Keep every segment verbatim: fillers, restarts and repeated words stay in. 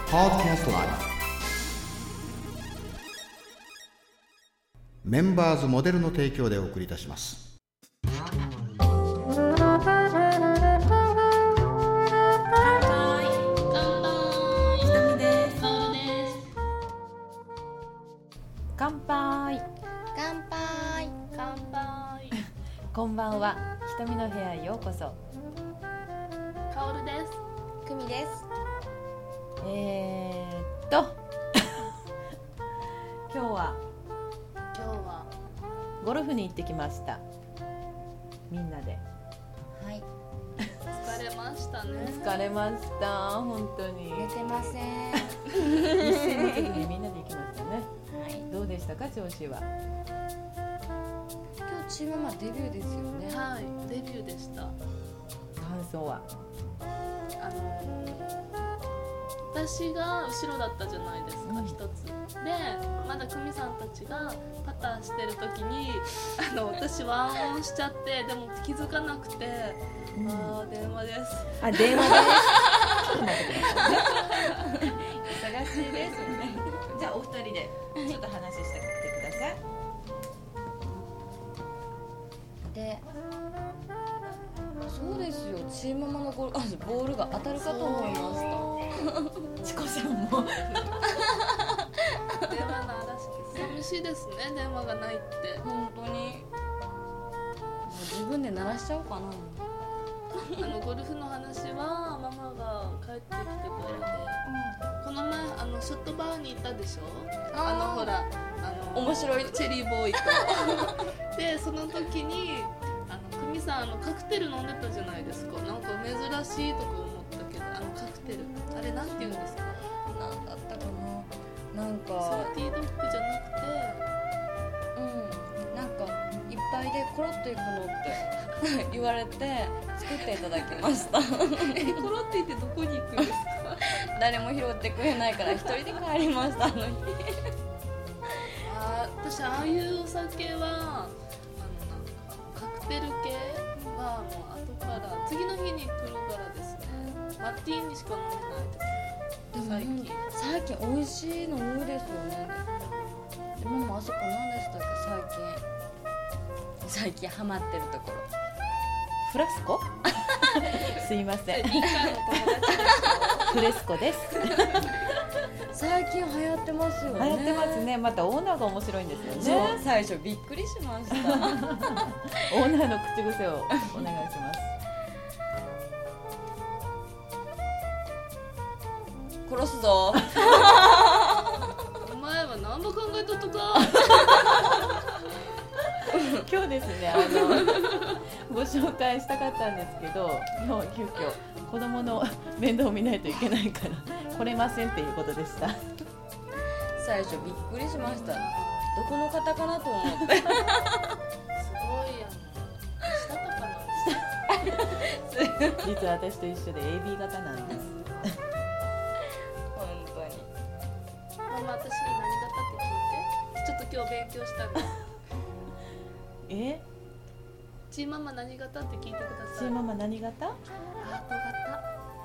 Podcast Live メンバーズモデルの提供でお送りいたします。 乾杯。 乾杯。 乾杯。 こんばんは。ひとみの部屋へようこそ。 かおるです。 くみです。 えーっと今日は今日はゴルフに行ってきました。みんなで。 はい。 疲れましたね。 疲れました。本当に。 寝てません。 一斉の時にみんなで行きましたね。 はい。 どうでしたか、調子は。 今日チームマデビューですよね。 はい、デビューでした。 感想は。 あのー、私が後ろだったじゃないですか、一、うん、つで、まだ久美さんたちがパターしてる時にあの私ワンオンしちゃって、でも気づかなくて、うん、あー電話です。 あ、電話ですちょっと待ってくださいね忙しいですね。じゃあお二人でちょっと話してきてください。 で、そうですよ、チームマのゴール、あ、ボールが当たるかと思いました。 チコさんも電話の嵐で寂しいですね、電話がないって。 本当にもう自分で鳴らしちゃおうかな。 あのゴルフの話はママが帰ってきてくれて、うん、この前あのショットバーに行ったでしょ。あのほらあの面白いチェリーボーイとでその時にあの久美さんあのカクテル飲んでたじゃないですか。なんか珍しいとか思ったけど、あのカクテルあれなんて言うんですか。 なんだったかな。なんかソルティードッグじゃなくて、 うん、なんかいっぱいでコロッといくのって言われて作っていただきましたえ、コロって言ってどこに行くんですか。 誰も拾ってくれないから一人で帰りました。あの日あ、私ああいうお酒はあのなんかカクテル系はもう後から次の日に来るからですね。マティーニしか飲めないです。最近最近美味しいの多いですよね。でもあそこ何でしたっけ、最近最近ハマってるところ。 フラスコすいません、 理科の友達フレスコです最近流行ってますよね。 流行ってますね。またオーナーが面白いんですよね。 そう、最初びっくりしましたオーナーの口癖をお願いします。 殺すぞお前は何も考えとっとか今日ですね、あのご紹介したかったんですけど、今日急遽子供の面倒を見ないといけないから来れませんっていうことでした。 最初びっくりしました。どこの方かなと思ってすごいやん。下とかなんです実は私と一緒で エービー 型なんです本当に。 ママ、私に何型って聞いて。ちょっと今日勉強したんですえチーママ何型って聞いてください。 チーママ何型？ ハート型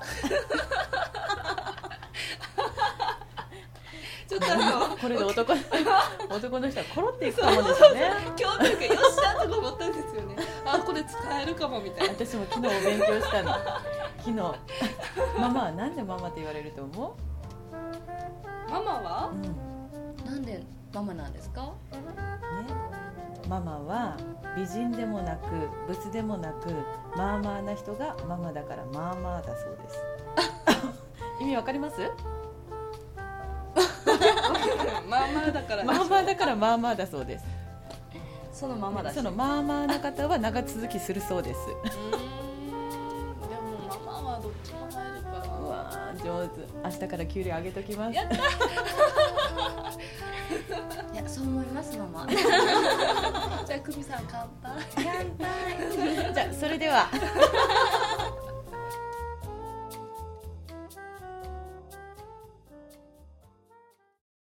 ちょっとあのこれで男男の人はコロっていくかもですよね。 今日なんかよっしゃとか思ったんですよね。あ、これ使えるかもみたいな。 私も昨日勉強したの。昨日ママはなんでママって言われると思う？ ママは、 うん、 なんでママなんですか？ ね、ママは美人でもなくブスでもなくまあまあな人がママだからまあまあだそうです意味わかります？ まあまあだからまあまあだからまあまあだそうです。 そのままだし。 そのまあまあな方は長続きするそうです。 うーん、でもママはどっちも入るから。 うわー上手。明日から給料上げときます。 やったいや、そう思いますママじゃあ久美さん乾杯。 乾杯じゃあそれでは